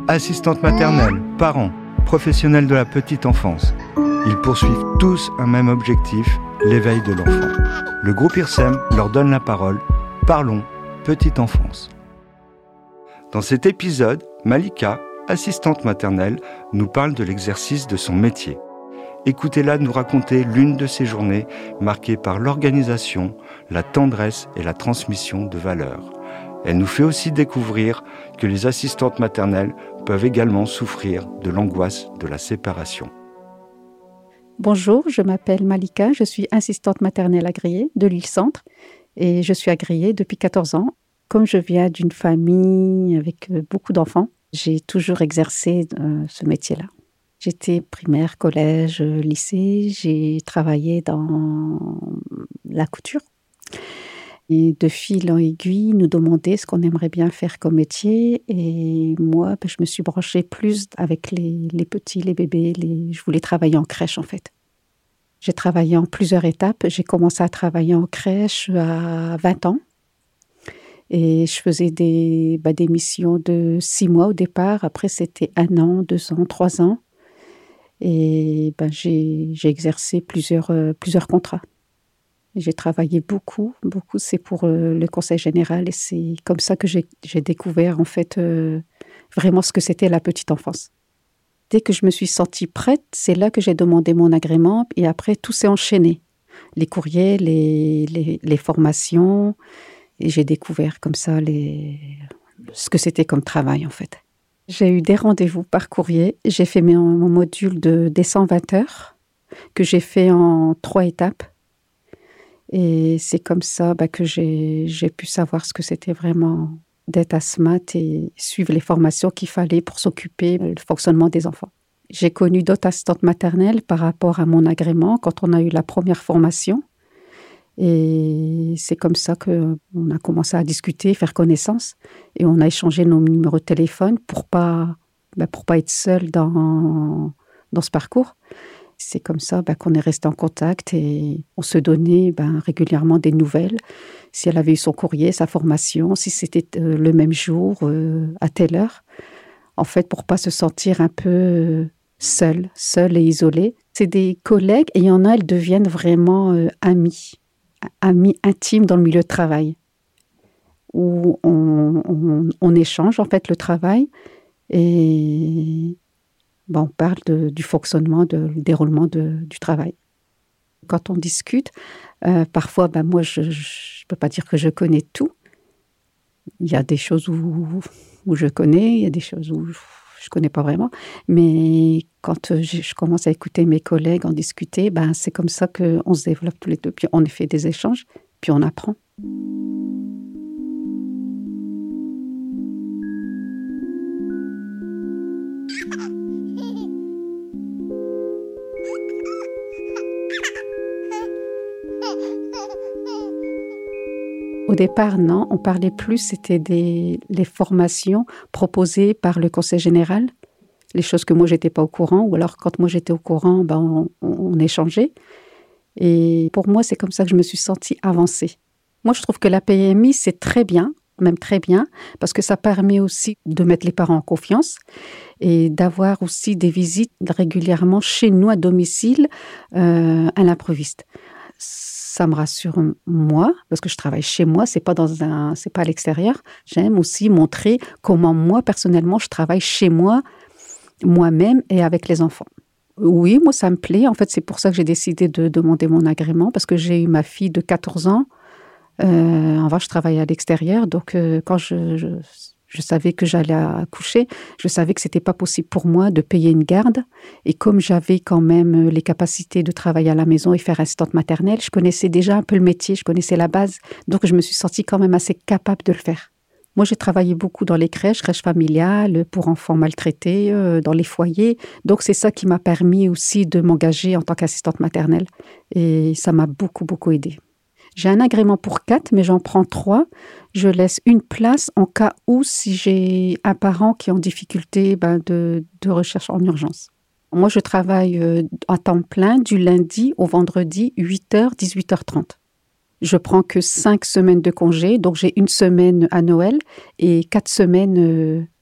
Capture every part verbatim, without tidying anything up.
Assistantes maternelles, parents, professionnels de la petite enfance. Ils poursuivent tous un même objectif, l'éveil de l'enfant. Le groupe I R S E M leur donne la parole. Parlons petite enfance. Dans cet épisode, Malika, assistante maternelle, nous parle de l'exercice de son métier. Écoutez-la nous raconter l'une de ses journées marquée par l'organisation, la tendresse et la transmission de valeurs. Elle nous fait aussi découvrir que les assistantes maternelles peuvent également souffrir de l'angoisse de la séparation. Bonjour, je m'appelle Malika, je suis assistante maternelle agréée de l'île Centre et je suis agréée depuis quatorze ans. Comme je viens d'une famille avec beaucoup d'enfants, j'ai toujours exercé euh, ce métier-là. J'étais primaire, collège, lycée, j'ai travaillé dans la couture. Et de fil en aiguille, nous demandaient ce qu'on aimerait bien faire comme métier. Et moi, ben, je me suis branchée plus avec les, les petits, les bébés. Les... Je voulais travailler en crèche, en fait. J'ai travaillé en plusieurs étapes. J'ai commencé à travailler en crèche à vingt ans. Et je faisais des, ben, des missions de six mois au départ. Après, c'était un an, deux ans, trois ans. Et ben, j'ai, j'ai exercé plusieurs, euh, plusieurs contrats. J'ai travaillé beaucoup, beaucoup. C'est pour euh, le conseil général et c'est comme ça que j'ai, j'ai découvert en fait euh, vraiment ce que c'était la petite enfance. Dès que je me suis sentie prête, c'est là que j'ai demandé mon agrément et après tout s'est enchaîné. Les courriers, les, les, les formations et j'ai découvert comme ça les, ce que c'était comme travail en fait. J'ai eu des rendez-vous par courrier. J'ai fait mon, mon module de, des cent vingt heures que j'ai fait en trois étapes. Et c'est comme ça bah, que j'ai, j'ai pu savoir ce que c'était vraiment d'être asthmate et suivre les formations qu'il fallait pour s'occuper du fonctionnement des enfants. J'ai connu d'autres assistantes maternelles par rapport à mon agrément quand on a eu la première formation. Et c'est comme ça qu'on a commencé à discuter, faire connaissance. Et on a échangé nos numéros de téléphone pour pas, bah, pour pas être seul dans, dans ce parcours. C'est comme ça bah, qu'on est resté en contact et on se donnait bah, régulièrement des nouvelles. Si elle avait eu son courrier, sa formation, si c'était euh, le même jour, euh, à telle heure. En fait, pour pas se sentir un peu euh, seule, seule et isolée. C'est des collègues et il y en a, elles deviennent vraiment euh, amies. Amis intimes dans le milieu de travail, où on, on, on échange en fait le travail et ben, on parle de, du fonctionnement, de, du déroulement de, du travail. Quand on discute, euh, parfois, ben, moi, je ne peux pas dire que je connais tout. Il y a des choses où, où je connais, il y a des choses où je ne connais pas vraiment. Mais quand je, je commence à écouter mes collègues en discuter, ben, c'est comme ça qu'on se développe tous les deux. Puis on fait des échanges, puis on apprend. Au départ, non, on parlait plus, c'était des, les formations proposées par le conseil général, les choses que moi, je n'étais pas au courant, ou alors quand moi, j'étais au courant, ben, on, on, on échangeait. Et pour moi, c'est comme ça que je me suis sentie avancée. Moi, je trouve que la P M I, c'est très bien, même très bien, parce que ça permet aussi de mettre les parents en confiance et d'avoir aussi des visites régulièrement chez nous à domicile euh, à l'improviste. Ça me rassure moi, parce que je travaille chez moi, c'est pas dans un, c'est pas à l'extérieur. J'aime aussi montrer comment moi, personnellement, je travaille chez moi, moi-même et avec les enfants. Oui, moi, ça me plaît. En fait, c'est pour ça que j'ai décidé de demander mon agrément, parce que j'ai eu ma fille de quatorze ans. Euh, en vrai, je travaillais à l'extérieur, donc euh, quand je, je, je savais que j'allais accoucher, je savais que c'était pas possible pour moi de payer une garde. Et comme j'avais quand même les capacités de travailler à la maison et faire assistante maternelle, je connaissais déjà un peu le métier, je connaissais la base, donc je me suis sentie quand même assez capable de le faire. Moi, j'ai travaillé beaucoup dans les crèches, crèches familiales, pour enfants maltraités, euh, dans les foyers. Donc, c'est ça qui m'a permis aussi de m'engager en tant qu'assistante maternelle. Et ça m'a beaucoup, beaucoup aidée. J'ai un agrément pour quatre, mais j'en prends trois. Je laisse une place en cas où, si j'ai un parent qui est en difficulté ben, de, de recherche en urgence. Moi, je travaille euh, à temps plein du lundi au vendredi, huit heures, dix-huit heures trente. Je prends que cinq semaines de congé, donc j'ai une semaine à Noël et quatre semaines euh,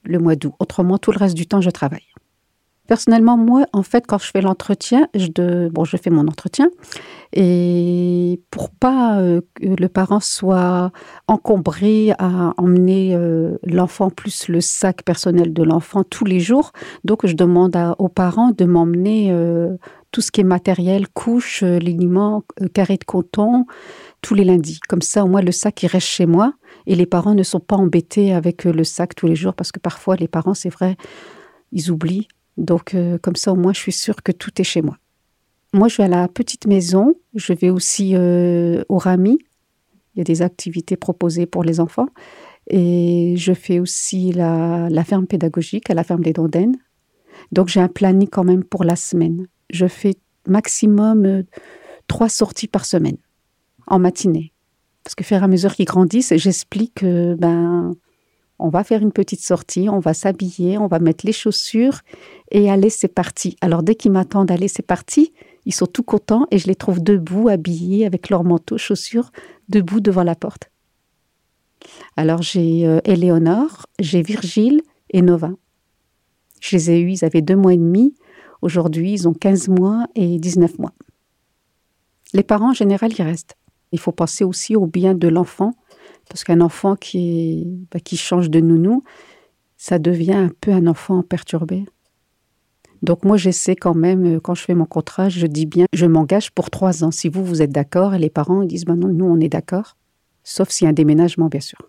le mois d'août. Autrement, tout le reste du temps, je travaille. Personnellement, moi, en fait, quand je fais l'entretien, je, de, bon, je fais mon entretien et pour pas euh, que le parent soit encombré à emmener euh, l'enfant plus le sac personnel de l'enfant tous les jours, donc je demande à, aux parents de m'emmener euh, tout ce qui est matériel, couches, euh, liniments, euh, carrés de coton, tous les lundis. Comme ça, au moins, le sac, il reste chez moi et les parents ne sont pas embêtés avec euh, le sac tous les jours parce que parfois, les parents, c'est vrai, ils oublient. Donc, euh, comme ça, au moins, je suis sûre que tout est chez moi. Moi, je vais à la petite maison. Je vais aussi euh, au Rami. Il y a des activités proposées pour les enfants. Et je fais aussi la, la ferme pédagogique à la ferme des Dondaines. Donc, j'ai un planning quand même pour la semaine. Je fais maximum euh, trois sorties par semaine, en matinée. Parce que, au fur et à mesure qu'ils grandissent, j'explique que, ben... on va faire une petite sortie, on va s'habiller, on va mettre les chaussures et allez, c'est parti. Alors, dès qu'ils m'attendent, allez, c'est parti, ils sont tout contents et je les trouve debout, habillés, avec leur manteau, chaussures, debout devant la porte. Alors, j'ai euh, Éléonore, j'ai Virgile et Nova. Je les ai eus, ils avaient deux mois et demi. Aujourd'hui, ils ont quinze mois et dix-neuf mois. Les parents, en général, ils restent. Il faut penser aussi au bien de l'enfant. Parce qu'un enfant qui, est, bah, qui change de nounou, ça devient un peu un enfant perturbé. Donc moi, j'essaie quand même, quand je fais mon contrat, je dis bien, je m'engage pour trois ans. Si vous, vous êtes d'accord, et les parents ils disent, bah non, nous, on est d'accord. Sauf s'il y a un déménagement, bien sûr.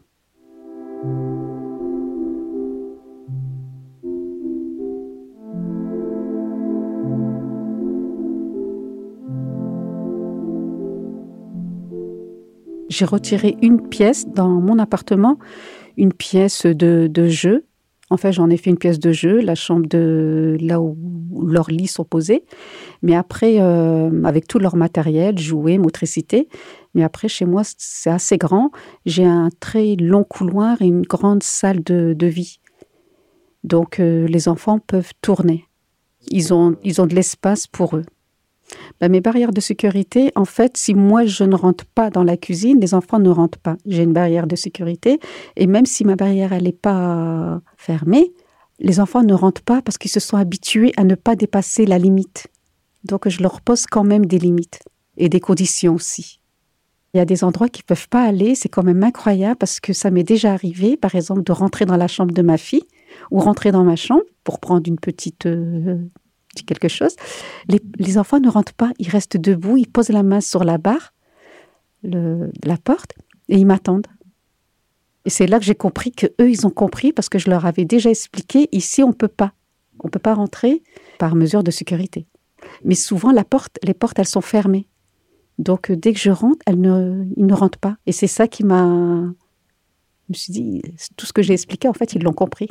J'ai retiré une pièce dans mon appartement, une pièce de, de jeu. En fait, j'en ai fait une pièce de jeu, la chambre de là où leurs lits sont posés. Mais après, euh, avec tout leur matériel, jouets, motricité. Mais après, chez moi, c'est assez grand. J'ai un très long couloir et une grande salle de, de vie. Donc, euh, les enfants peuvent tourner. Ils ont, ils ont de l'espace pour eux. Ben, mes barrières de sécurité, en fait, si moi je ne rentre pas dans la cuisine, les enfants ne rentrent pas. J'ai une barrière de sécurité et même si ma barrière elle n'est pas fermée, les enfants ne rentrent pas parce qu'ils se sont habitués à ne pas dépasser la limite. Donc je leur pose quand même des limites et des conditions aussi. Il y a des endroits qu'ils ne peuvent pas aller, c'est quand même incroyable parce que ça m'est déjà arrivé, par exemple, de rentrer dans la chambre de ma fille ou rentrer dans ma chambre pour prendre une petite... Euh, quelque chose, les, les enfants ne rentrent pas, ils restent debout, ils posent la main sur la barre le, de la porte et ils m'attendent. Et c'est là que j'ai compris qu'eux, ils ont compris parce que je leur avais déjà expliqué, ici, on ne peut pas. On ne peut pas rentrer par mesure de sécurité. Mais souvent, la porte, les portes, elles sont fermées. Donc, dès que je rentre, elles ne, ils ne rentrent pas. Et c'est ça qui m'a... Je me suis dit, tout ce que j'ai expliqué, en fait, ils l'ont compris.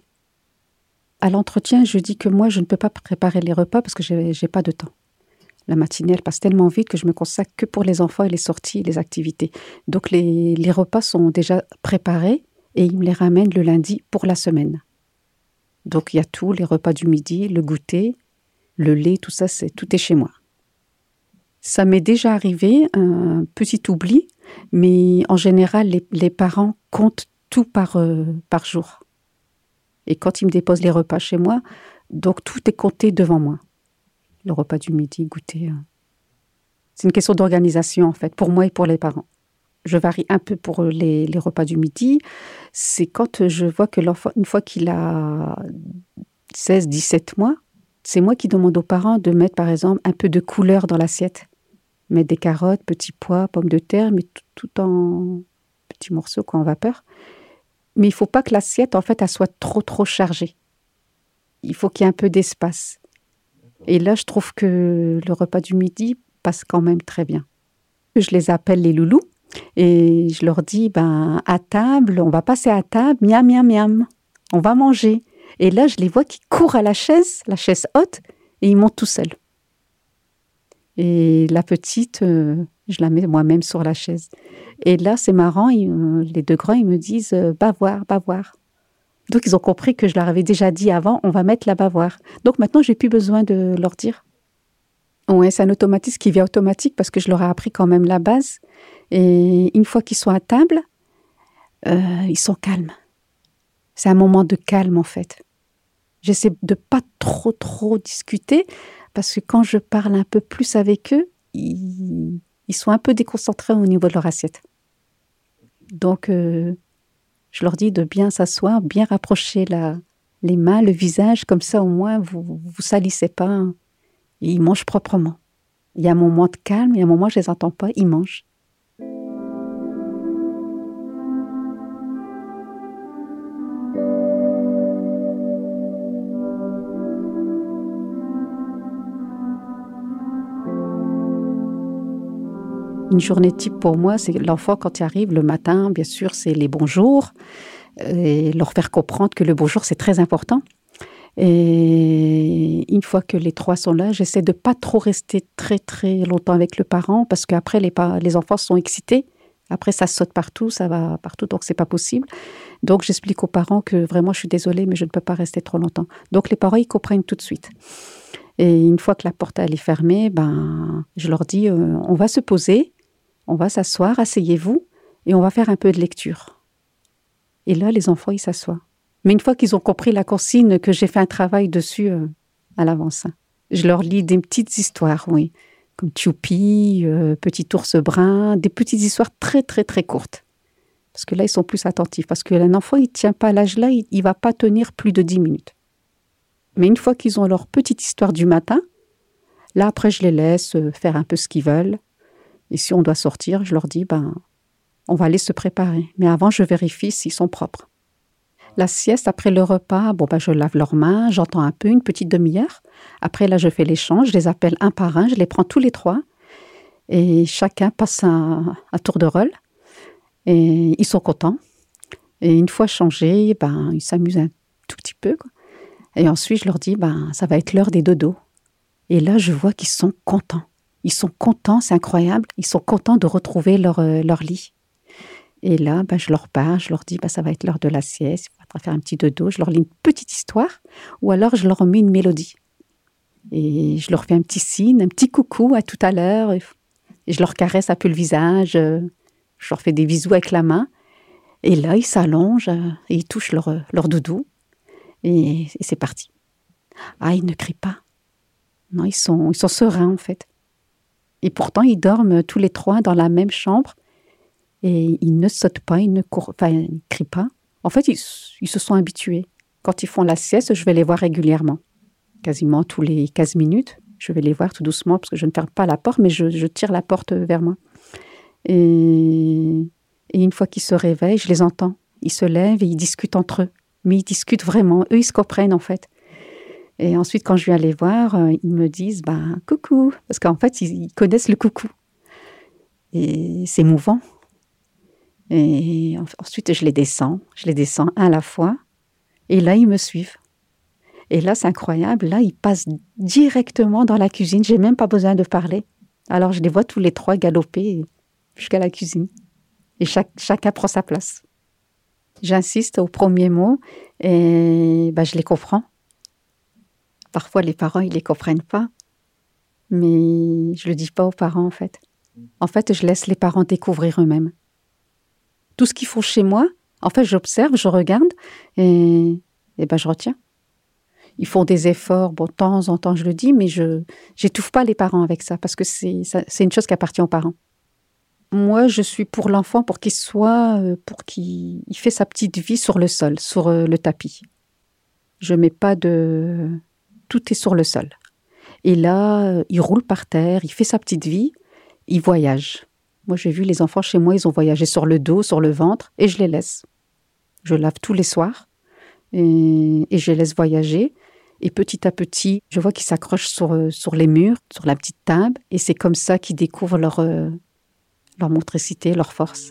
À l'entretien, je dis que moi, je ne peux pas préparer les repas parce que je n'ai pas de temps. La matinée, elle passe tellement vite que je me consacre que pour les enfants et les sorties et les activités. Donc, les, les repas sont déjà préparés et ils me les ramènent le lundi pour la semaine. Donc, il y a tout, les repas du midi, le goûter, le lait, tout ça, c'est, tout est chez moi. Ça m'est déjà arrivé, un petit oubli, mais en général, les, les parents comptent tout par, euh, par jour. Et quand ils me déposent les repas chez moi, donc tout est compté devant moi. Le repas du midi, goûter. C'est une question d'organisation, en fait, pour moi et pour les parents. Je varie un peu pour les, les repas du midi. C'est quand je vois que l'enfant, une fois qu'il a seize, dix-sept mois, c'est moi qui demande aux parents de mettre, par exemple, un peu de couleur dans l'assiette. Mettre des carottes, petits pois, pommes de terre, mais tout, tout en petits morceaux, quoi, en vapeur. Mais il ne faut pas que l'assiette, en fait, elle soit trop, trop chargée. Il faut qu'il y ait un peu d'espace. Et là, je trouve que le repas du midi passe quand même très bien. Je les appelle les loulous et je leur dis, ben, à table, on va passer à table, miam, miam, miam. On va manger. Et là, je les vois qui courent à la chaise, la chaise haute, et ils montent tout seuls. Et la petite, euh, je la mets moi-même sur la chaise. Et là, c'est marrant, ils, euh, les deux grands, ils me disent euh, « bavoir, bavoir ». Donc, ils ont compris que je leur avais déjà dit avant, on va mettre la bavoir. Donc, maintenant, j'ai plus besoin de leur dire. Ouais, c'est un automatisme qui vient automatique parce que je leur ai appris quand même la base. Et une fois qu'ils sont à table, euh, ils sont calmes. C'est un moment de calme, en fait. J'essaie de pas trop, trop discuter, parce que quand je parle un peu plus avec eux, ils, ils sont un peu déconcentrés au niveau de leur assiette. Donc, euh, je leur dis de bien s'asseoir, bien rapprocher la, les mains, le visage, comme ça au moins vous vous salissez pas. Et ils mangent proprement. Il y a un moment de calme, il y a un moment où je les entends pas, ils mangent. Une journée type pour moi, c'est l'enfant quand il arrive le matin, bien sûr, c'est les bonjours, et leur faire comprendre que le bonjour, c'est très important. Et une fois que les trois sont là, j'essaie de pas trop rester très très longtemps avec le parent, parce qu'après les, pa- les enfants sont excités. Après, ça saute partout, ça va partout, donc c'est pas possible. Donc, j'explique aux parents que vraiment, je suis désolée, mais je ne peux pas rester trop longtemps. Donc, les parents, ils comprennent tout de suite. Et une fois que la porte elle est fermée, ben, je leur dis, euh, on va se poser, on va s'asseoir, asseyez-vous, et on va faire un peu de lecture. Et là, les enfants, ils s'assoient. Mais une fois qu'ils ont compris la consigne, que j'ai fait un travail dessus euh, à l'avance, hein, je leur lis des petites histoires, oui, comme Tchoupi, euh, Petit ours brun, des petites histoires très, très, très courtes. Parce que là, ils sont plus attentifs. Parce qu'un enfant, il ne tient pas à l'âge-là, il ne va pas tenir plus de dix minutes. Mais une fois qu'ils ont leur petite histoire du matin, là, après, je les laisse faire un peu ce qu'ils veulent. Et si on doit sortir, je leur dis, ben, on va aller se préparer. Mais avant, je vérifie s'ils sont propres. La sieste, après le repas, bon, ben, je lave leurs mains, j'entends un peu, une petite demi-heure. Après, là, je fais l'échange, je les appelle un par un, je les prends tous les trois. Et chacun passe un, un tour de rôle. Et ils sont contents. Et une fois changés, ben, ils s'amusent un tout petit peu, quoi. Et ensuite, je leur dis, ben, ça va être l'heure des dodos. Et là, je vois qu'ils sont contents. Ils sont contents, c'est incroyable. Ils sont contents de retrouver leur, euh, leur lit. Et là, ben, je leur parle, je leur dis, ben, ça va être l'heure de la sieste, il faudra faire un petit dodo. Je leur lis une petite histoire, ou alors je leur mets une mélodie. Et je leur fais un petit signe, un petit coucou, à tout à l'heure. Et je leur caresse un peu le visage, je leur fais des bisous avec la main. Et là, ils s'allongent, et ils touchent leur, leur doudou. Et, et c'est parti. Ah, ils ne crient pas. Non, ils sont, ils sont sereins, en fait. Et pourtant, ils dorment tous les trois dans la même chambre. Et ils ne sautent pas, ils ne courent, enfin, ils ne crient pas. En fait, ils, ils se sont habitués. Quand ils font la sieste, je vais les voir régulièrement. Quasiment tous les quinze minutes. Je vais les voir tout doucement, parce que je ne ferme pas la porte, mais je, je tire la porte vers moi. Et, et une fois qu'ils se réveillent, je les entends. Ils se lèvent et ils discutent entre eux. Mais ils discutent vraiment. Eux, ils se comprennent, en fait. Et ensuite, quand je viens les voir, euh, ils me disent bah, « coucou ». Parce qu'en fait, ils, ils connaissent le coucou. Et c'est émouvant. Et ensuite, je les descends. Je les descends un à la fois. Et là, ils me suivent. Et là, c'est incroyable. Là, ils passent directement dans la cuisine. Je n'ai même pas besoin de parler. Alors, je les vois tous les trois galoper jusqu'à la cuisine. Et chaque, chacun prend sa place. J'insiste au premier mot et bah, je les comprends. Parfois, les parents, ils ne les comprennent pas. Mais je ne le dis pas aux parents, en fait. En fait, je laisse les parents découvrir eux-mêmes. Tout ce qu'ils font chez moi, en fait, j'observe, je regarde et, et ben, je retiens. Ils font des efforts, bon, de temps en temps, je le dis, mais je n'étouffe pas les parents avec ça, parce que c'est, ça, c'est une chose qui appartient aux parents. Moi, je suis pour l'enfant, pour qu'il soit, pour qu'il il fait sa petite vie sur le sol, sur le tapis. Je ne mets pas de... Tout est sur le sol. Et là, il roule par terre, il fait sa petite vie, il voyage. Moi, j'ai vu les enfants chez moi, ils ont voyagé sur le dos, sur le ventre, et je les laisse. Je lave tous les soirs, et, et je les laisse voyager. Et petit à petit, je vois qu'ils s'accrochent sur, sur les murs, sur la petite table, et c'est comme ça qu'ils découvrent leur, leur motricité, leur force.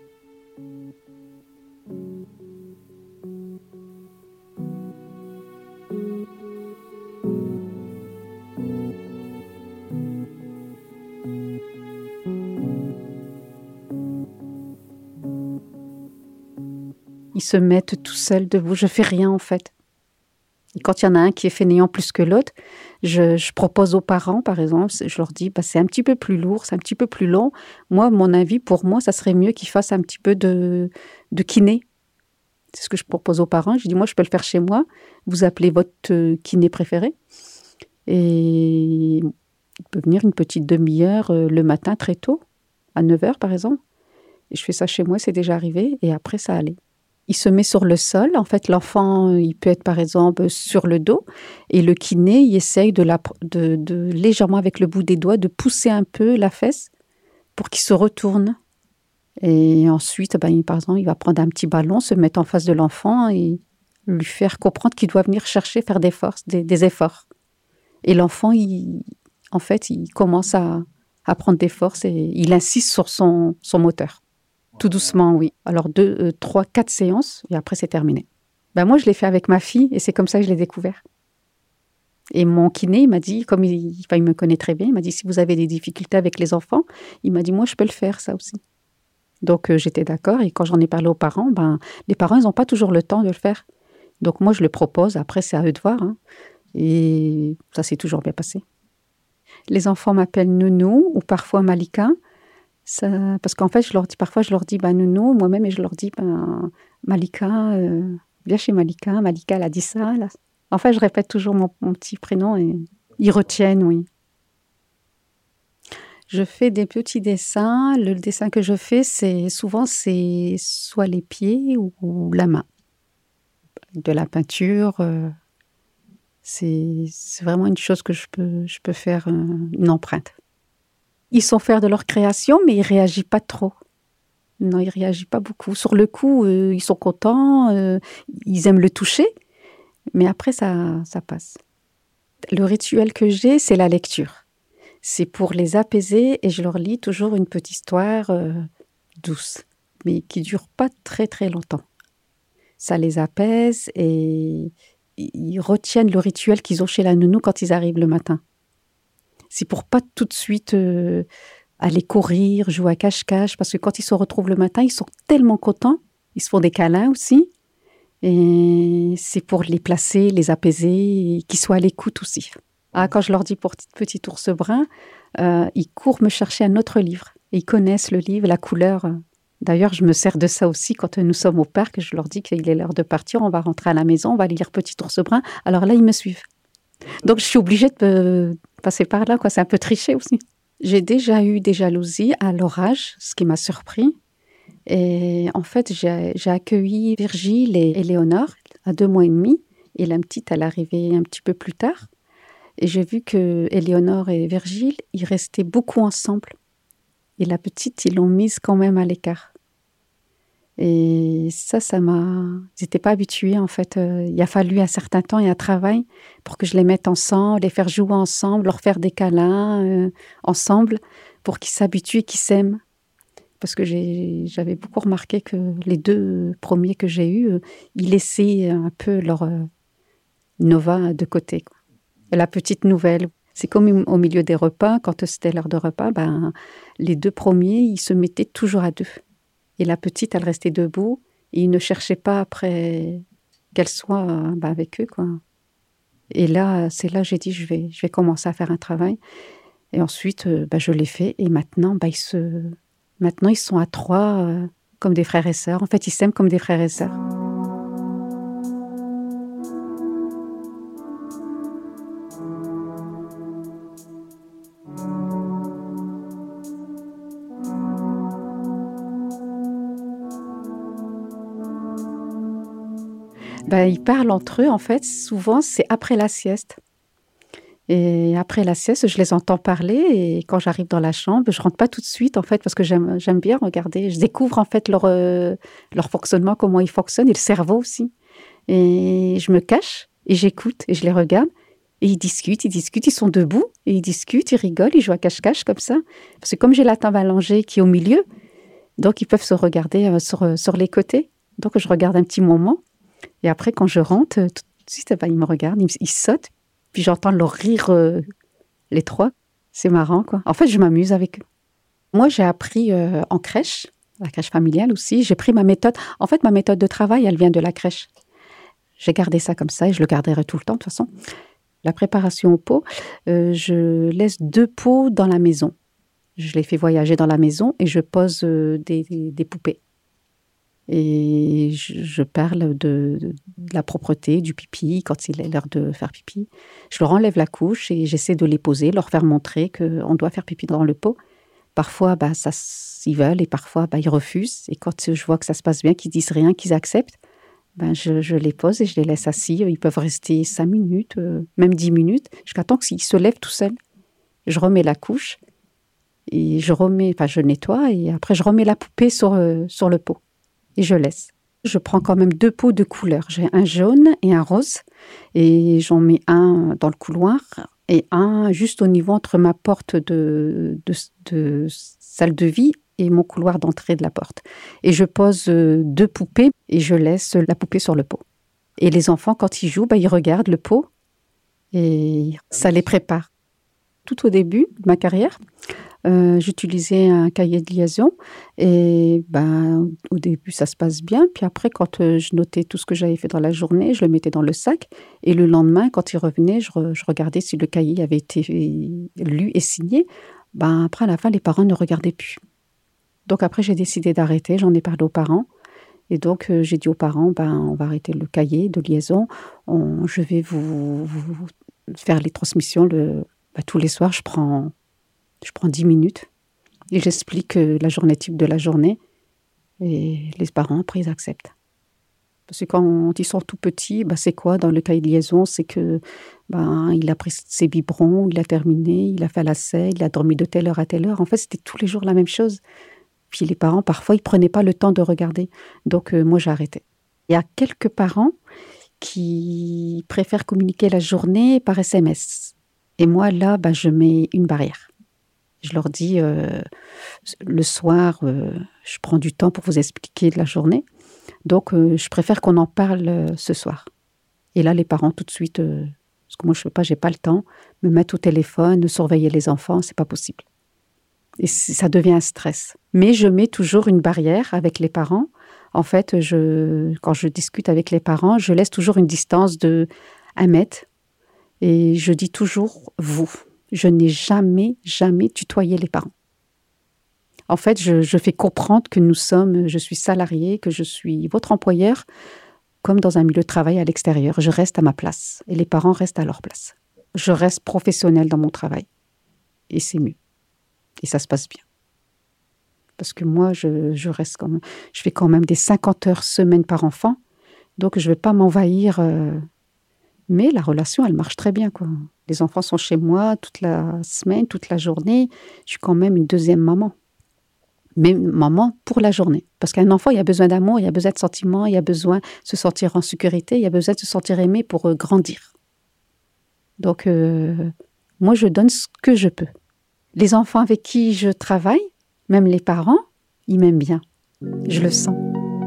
Ils se mettent tout seuls debout. Je fais rien, en fait. Et quand il y en a un qui est fainéant plus que l'autre, je, je propose aux parents, par exemple, je leur dis, bah, c'est un petit peu plus lourd, c'est un petit peu plus long. Moi, mon avis, pour moi, ça serait mieux qu'ils fassent un petit peu de, de kiné. C'est ce que je propose aux parents. Je dis, moi, je peux le faire chez moi. Vous appelez votre euh, kiné préféré. Et il peut venir une petite demi-heure euh, le matin très tôt, à neuf heures par exemple. Et je fais ça chez moi, c'est déjà arrivé. Et après, ça allait. Il se met sur le sol. En fait, l'enfant, il peut être par exemple sur le dos. Et le kiné, il essaye de, la, de, de légèrement, avec le bout des doigts, de pousser un peu la fesse pour qu'il se retourne. Et ensuite, ben, il, par exemple, il va prendre un petit ballon, se mettre en face de l'enfant et lui faire comprendre qu'il doit venir chercher, faire des forces, des, des efforts. Et l'enfant, il, en fait, il commence à, à prendre des forces et il insiste sur son, son moteur. Tout doucement, oui. Alors, deux, euh, trois, quatre séances et après, c'est terminé. Ben, moi, je l'ai fait avec ma fille et c'est comme ça que je l'ai découvert. Et mon kiné, il m'a dit, comme il, enfin, il me connaît très bien, il m'a dit, si vous avez des difficultés avec les enfants, il m'a dit, moi, je peux le faire, ça aussi. Donc, euh, j'étais d'accord. Et quand j'en ai parlé aux parents, ben, les parents, ils n'ont pas toujours le temps de le faire. Donc, moi, je le propose. Après, c'est à eux de voir. Hein. Et ça s'est toujours bien passé. Les enfants m'appellent Nounou ou parfois Malika. Ça, parce qu'en fait, je leur dis, parfois, je leur dis ben, Nounou moi-même et je leur dis ben, Malika, euh, viens chez Malika. Malika, elle a dit ça. Là. En fait, je répète toujours mon, mon petit prénom et ils retiennent, oui. Je fais des petits dessins. Le dessin que je fais, c'est souvent, c'est soit les pieds ou, ou la main. De la peinture, euh, c'est, c'est vraiment une chose que je peux, je peux faire euh, une empreinte. Ils sont fiers de leur création, mais ils ne réagissent pas trop. Non, ils ne réagissent pas beaucoup. Sur le coup, euh, ils sont contents, euh, ils aiment le toucher, mais après, ça, ça passe. Le rituel que j'ai, c'est la lecture. C'est pour les apaiser et je leur lis toujours une petite histoire euh, douce, mais qui ne dure pas très très longtemps. Ça les apaise et ils retiennent le rituel qu'ils ont chez la nounou quand ils arrivent le matin. C'est pour pas tout de suite euh, aller courir, jouer à cache-cache, parce que quand ils se retrouvent le matin, ils sont tellement contents, ils se font des câlins aussi, et c'est pour les placer, les apaiser, et qu'ils soient à l'écoute aussi. Ah, quand je leur dis pour petit ours brun, euh, ils courent me chercher un autre livre. Et ils connaissent le livre, la couleur. D'ailleurs, je me sers de ça aussi quand nous sommes au parc. Je leur dis qu'il est l'heure de partir, on va rentrer à la maison, on va aller lire Petit ours brun. Alors là, ils me suivent. Donc, je suis obligée de passer par là, quoi. C'est un peu triché aussi. J'ai déjà eu des jalousies à l'orage, ce qui m'a surpris. Et en fait, j'ai, j'ai accueilli Virgile et Éléonore à deux mois et demi. Et la petite, elle arrivait un petit peu plus tard. Et j'ai vu que Éléonore et Virgile, ils restaient beaucoup ensemble. Et la petite, ils l'ont mise quand même à l'écart. Et ça, ça m'a... Ils n'étaient pas habitués, en fait. Euh, il a fallu un certain temps et un travail pour que je les mette ensemble, les faire jouer ensemble, leur faire des câlins euh, ensemble, pour qu'ils s'habituent et qu'ils s'aiment. Parce que j'ai, j'avais beaucoup remarqué que les deux premiers que j'ai eus, euh, ils laissaient un peu leur euh, Nova de côté, quoi. Et la petite nouvelle, c'est comme au milieu des repas, quand c'était l'heure de repas, ben, les deux premiers, ils se mettaient toujours à deux. Et la petite, elle restait debout, et ils ne cherchaient pas après qu'elle soit ben, avec eux, quoi. Et là, c'est là que j'ai dit, je vais, je vais commencer à faire un travail. Et ensuite, ben, je l'ai fait, et maintenant, ben, ils se... maintenant, ils sont à trois, euh, comme des frères et sœurs. En fait, ils s'aiment comme des frères et sœurs. Ben, ils parlent entre eux, en fait, souvent, c'est après la sieste. Et après la sieste, je les entends parler et quand j'arrive dans la chambre, je rentre pas tout de suite, en fait, parce que j'aime, j'aime bien regarder. Je découvre, en fait, leur, euh, leur fonctionnement, comment ils fonctionnent, et le cerveau aussi. Et je me cache et j'écoute et je les regarde. Et ils discutent, ils discutent, ils sont debout et ils discutent, ils rigolent, ils jouent à cache-cache comme ça. Parce que comme j'ai la table allongée qui est au milieu, donc ils peuvent se regarder euh, sur, sur les côtés. Donc je regarde un petit moment. Et après, quand je rentre, tout de suite, ben, ils me regardent, ils, ils sautent. Puis j'entends leur rire, euh, les trois. C'est marrant, quoi. En fait, je m'amuse avec eux. Moi, j'ai appris euh, en crèche, la crèche familiale aussi. J'ai pris ma méthode. En fait, ma méthode de travail, elle vient de la crèche. J'ai gardé ça comme ça et je le garderai tout le temps, de toute façon. La préparation aux pots, euh, je laisse deux pots dans la maison. Je les fais voyager dans la maison et je pose euh, des, des, des poupées. Et je, je parle de, de, de la propreté, du pipi, quand il est l'heure de faire pipi. Je leur enlève la couche et j'essaie de les poser, leur faire montrer qu'on doit faire pipi dans le pot. Parfois, bah, ça, ils veulent et parfois, bah, ils refusent. Et quand je vois que ça se passe bien, qu'ils disent rien, qu'ils acceptent, ben, je, je les pose et je les laisse assis. Ils peuvent rester cinq minutes, euh, même dix minutes, jusqu'à temps qu'ils se lèvent tout seuls. Je remets la couche et je remets, enfin, je nettoie et après, je remets la poupée sur, euh, sur le pot et je laisse. Je prends quand même deux pots de couleur. J'ai un jaune et un rose et j'en mets un dans le couloir et un juste au niveau entre ma porte de, de, de salle de vie et mon couloir d'entrée de la porte. Et je pose deux poupées et je laisse la poupée sur le pot. Et les enfants, quand ils jouent, bah, ils regardent le pot et ça les prépare. Tout au début de ma carrière, euh, j'utilisais un cahier de liaison et bah, au début, ça se passe bien. Puis après, quand euh, je notais tout ce que j'avais fait dans la journée, je le mettais dans le sac. Et le lendemain, quand ils revenaient, je, re- je regardais si le cahier avait été lu et signé. Bah, après, à la fin, les parents ne regardaient plus. Donc après, j'ai décidé d'arrêter, j'en ai parlé aux parents. Et donc, euh, j'ai dit aux parents, ben, on va arrêter le cahier de liaison. On, je vais vous, vous faire les transmissions. Le, ben, tous les soirs, je prends, je prends dix minutes et j'explique euh, la journée type de la journée. Et les parents, après, ils acceptent. Parce que quand ils sont tout petits, ben, c'est quoi dans le cahier de liaison? C'est que ben, il a pris ses biberons, il a terminé, il a fait la selle, il a dormi de telle heure à telle heure. En fait, c'était tous les jours la même chose. Puis les parents, parfois, ils ne prenaient pas le temps de regarder. Donc, euh, moi, j'ai arrêté. Il y a quelques parents qui préfèrent communiquer la journée par S M S. Et moi, là, bah, je mets une barrière. Je leur dis, euh, le soir, euh, je prends du temps pour vous expliquer de la journée. Donc, euh, je préfère qu'on en parle euh, ce soir. Et là, les parents, tout de suite, euh, parce que moi, je ne peux pas, je n'ai pas le temps, me mettre au téléphone, surveiller les enfants, ce n'est pas possible. Et ça devient un stress. Mais je mets toujours une barrière avec les parents. En fait, je, quand je discute avec les parents, je laisse toujours une distance de un mètre. Et je dis toujours « vous ». Je n'ai jamais, jamais tutoyé les parents. En fait, je, je fais comprendre que nous sommes, je suis salariée, que je suis votre employeur, comme dans un milieu de travail à l'extérieur. Je reste à ma place et les parents restent à leur place. Je reste professionnelle dans mon travail. Et c'est mieux. Et ça se passe bien. Parce que moi, je, je reste quand même, je fais quand même des cinquante heures semaine par enfant. Donc, je ne vais pas m'envahir. Euh, mais la relation, elle marche très bien, quoi. Les enfants sont chez moi toute la semaine, toute la journée. Je suis quand même une deuxième maman. Mais maman pour la journée. Parce qu'un enfant, il a besoin d'amour, il a besoin de sentiments, il a besoin de se sentir en sécurité, il a besoin de se sentir aimé pour euh, grandir. Donc, euh, moi, je donne ce que je peux. Les enfants avec qui je travaille, même les parents, ils m'aiment bien. Je le sens.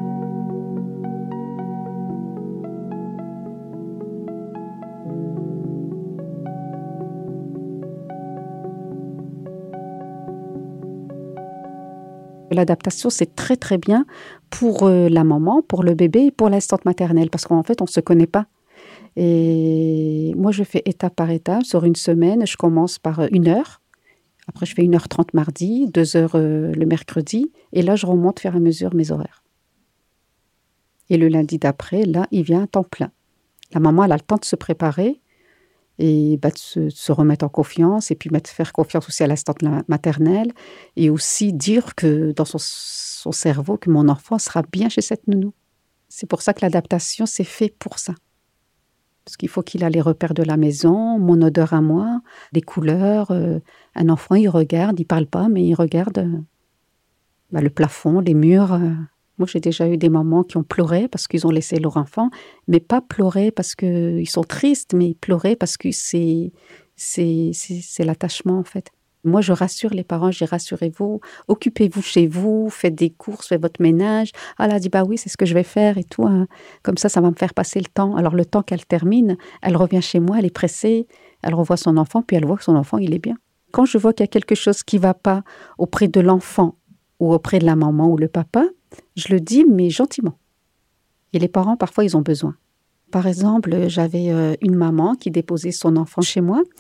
L'adaptation, c'est très très bien pour euh, la maman, pour le bébé et pour l'assistante maternelle, parce qu'en fait, on ne se connaît pas. Et moi, je fais étape par étape. Sur une semaine, je commence par une heure. Après, je fais une heure trente mardi, deux heures euh, le mercredi. Et là, je remonte au fur et à mesure mes horaires. Et le lundi d'après, là, il vient à temps plein. La maman, elle a le temps de se préparer et bah, de, se, de se remettre en confiance et puis de faire confiance aussi à l'assistante maternelle et aussi dire que dans son, son cerveau que mon enfant sera bien chez cette nounou. C'est pour ça que l'adaptation, c'est fait pour ça. Parce qu'il faut qu'il ait les repères de la maison, mon odeur à moi, des couleurs. Euh, un enfant, il regarde, il ne parle pas, mais il regarde euh, bah, le plafond, les murs. Euh. Moi, j'ai déjà eu des mamans qui ont pleuré parce qu'ils ont laissé leur enfant, mais pas pleurer parce qu'ils sont tristes, mais pleurer parce que c'est, c'est, c'est, c'est l'attachement, en fait. Moi, je rassure les parents, je dis rassurez-vous, occupez-vous chez vous, faites des courses, faites votre ménage. Ah, elle a dit, bah oui, c'est ce que je vais faire et tout. Hein. Comme ça, ça va me faire passer le temps. Alors, le temps qu'elle termine, elle revient chez moi, elle est pressée, elle revoit son enfant, puis elle voit que son enfant, il est bien. Quand je vois qu'il y a quelque chose qui ne va pas auprès de l'enfant ou auprès de la maman ou le papa, je le dis, mais gentiment. Et les parents, parfois, ils ont besoin. Par exemple, j'avais une maman qui déposait son enfant chez moi.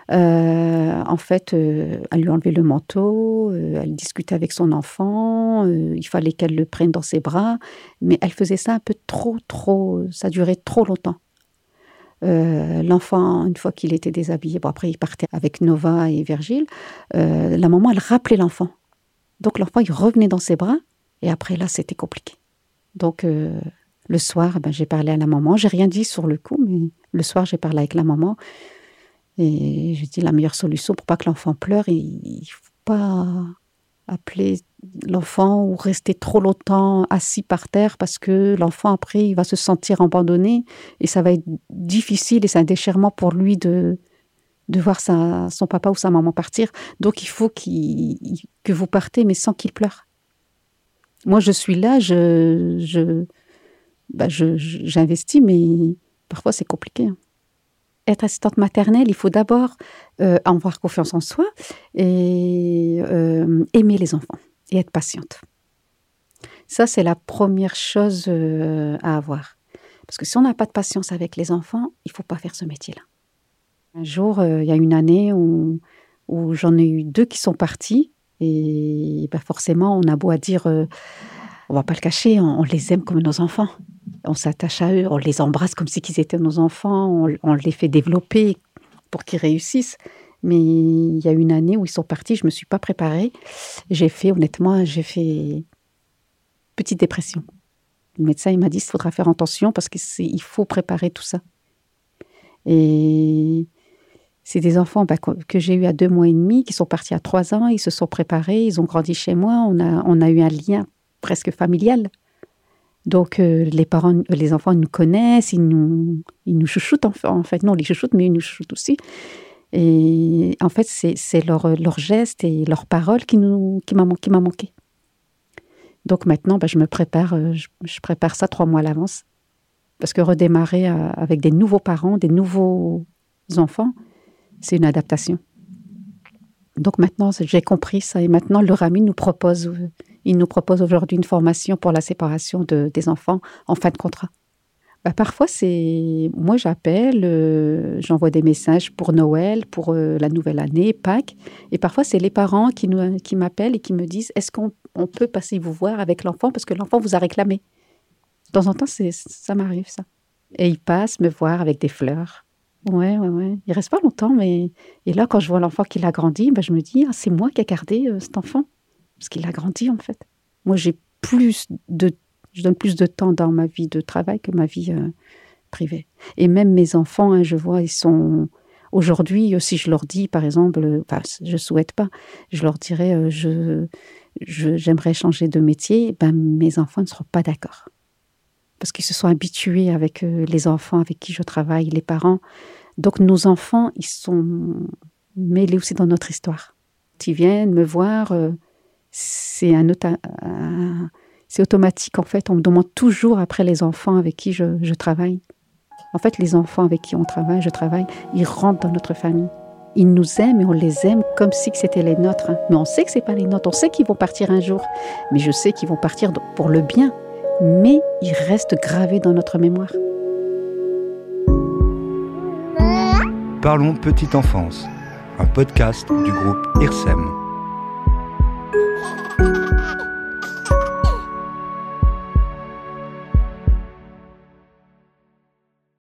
Euh, en fait, euh, elle lui enlevait le manteau, euh, elle discutait avec son enfant, euh, il fallait qu'elle le prenne dans ses bras, mais elle faisait ça un peu trop, trop, ça durait trop longtemps. Euh, l'enfant, une fois qu'il était déshabillé, bon après il partait avec Nova et Virgile, euh, la maman, elle rappelait l'enfant. Donc l'enfant, il revenait dans ses bras, et après là, c'était compliqué. Donc euh, le soir, ben, j'ai parlé à la maman, j'ai rien dit sur le coup, mais le soir, j'ai parlé avec la maman, et j'ai dit la meilleure solution pour pas que l'enfant pleure, il ne faut pas appeler l'enfant ou rester trop longtemps assis par terre parce que l'enfant, après, il va se sentir abandonné et ça va être difficile et c'est un déchirement pour lui de, de voir sa, son papa ou sa maman partir. Donc, il faut qu'il, que vous partez, mais sans qu'il pleure. Moi, je suis là, je, je, bah, je, j'investis, mais parfois, c'est compliqué. Hein. Être assistante maternelle, il faut d'abord euh, avoir confiance en soi et euh, aimer les enfants et être patiente. Ça, c'est la première chose euh, à avoir. Parce que si on n'a pas de patience avec les enfants, il ne faut pas faire ce métier-là. Un jour, euh, il y a une année où, où j'en ai eu deux qui sont partis et bah forcément, on a beau à dire, euh, on ne va pas le cacher, on, on les aime comme nos enfants. On s'attache à eux, on les embrasse comme si ils étaient nos enfants, on, on les fait développer pour qu'ils réussissent. Mais il y a une année où ils sont partis, je ne me suis pas préparée. J'ai fait, honnêtement, j'ai fait petite dépression. Le médecin, il m'a dit, il faudra faire attention parce qu'il faut préparer tout ça. Et c'est des enfants bah, que j'ai eus à deux mois et demi, qui sont partis à trois ans, ils se sont préparés, ils ont grandi chez moi, on a, on a eu un lien presque familial. Donc, euh, les parents, les enfants nous connaissent, ils nous, ils nous chouchoutent. En fait, en fait, non, on les chouchoute, mais ils nous chouchoutent aussi. Et en fait, c'est, c'est leur, leur geste et leur parole qui, nous, qui, m'a, qui m'a manqué. Donc maintenant, bah, je me prépare, je, je prépare ça trois mois à l'avance. Parce que redémarrer à, avec des nouveaux parents, des nouveaux enfants, c'est une adaptation. Donc maintenant, j'ai compris ça. Et maintenant, le Rami nous propose... Il nous propose aujourd'hui une formation pour la séparation de, des enfants en fin de contrat. Bah, parfois, c'est moi, j'appelle, euh, j'envoie des messages pour Noël, pour euh, la nouvelle année, Pâques. Et parfois, c'est les parents qui, nous, qui m'appellent et qui me disent « Est-ce qu'on on peut passer vous voir avec l'enfant parce que l'enfant vous a réclamé ?» De temps en temps, c'est, ça m'arrive, ça. Et ils passent me voir avec des fleurs. Ouais, ouais, ouais. Il ne reste pas longtemps, mais... Et là, quand je vois l'enfant qui l'a grandi, bah, je me dis ah, « C'est moi qui ai gardé euh, cet enfant. » Parce qu'il a grandi, en fait. Moi, j'ai plus de, je donne plus de temps dans ma vie de travail que ma vie euh, privée. Et même mes enfants, hein, je vois, ils sont... Aujourd'hui, si je leur dis, par exemple, enfin, je ne souhaite pas, je leur dirais, euh, je, je, j'aimerais changer de métier, ben, mes enfants ne seront pas d'accord. Parce qu'ils se sont habitués avec euh, les enfants avec qui je travaille, les parents. Donc, nos enfants, ils sont mêlés aussi dans notre histoire. Ils viennent me voir... Euh, C'est, un auto- un, c'est automatique, en fait. On me demande toujours après les enfants avec qui je, je travaille. En fait, les enfants avec qui on travaille, je travaille, ils rentrent dans notre famille. Ils nous aiment et on les aime comme si c'était les nôtres. Hein. Mais on sait que ce n'est pas les nôtres. On sait qu'ils vont partir un jour. Mais je sais qu'ils vont partir pour le bien. Mais ils restent gravés dans notre mémoire. Parlons Petite Enfance, un podcast du groupe I R S E M.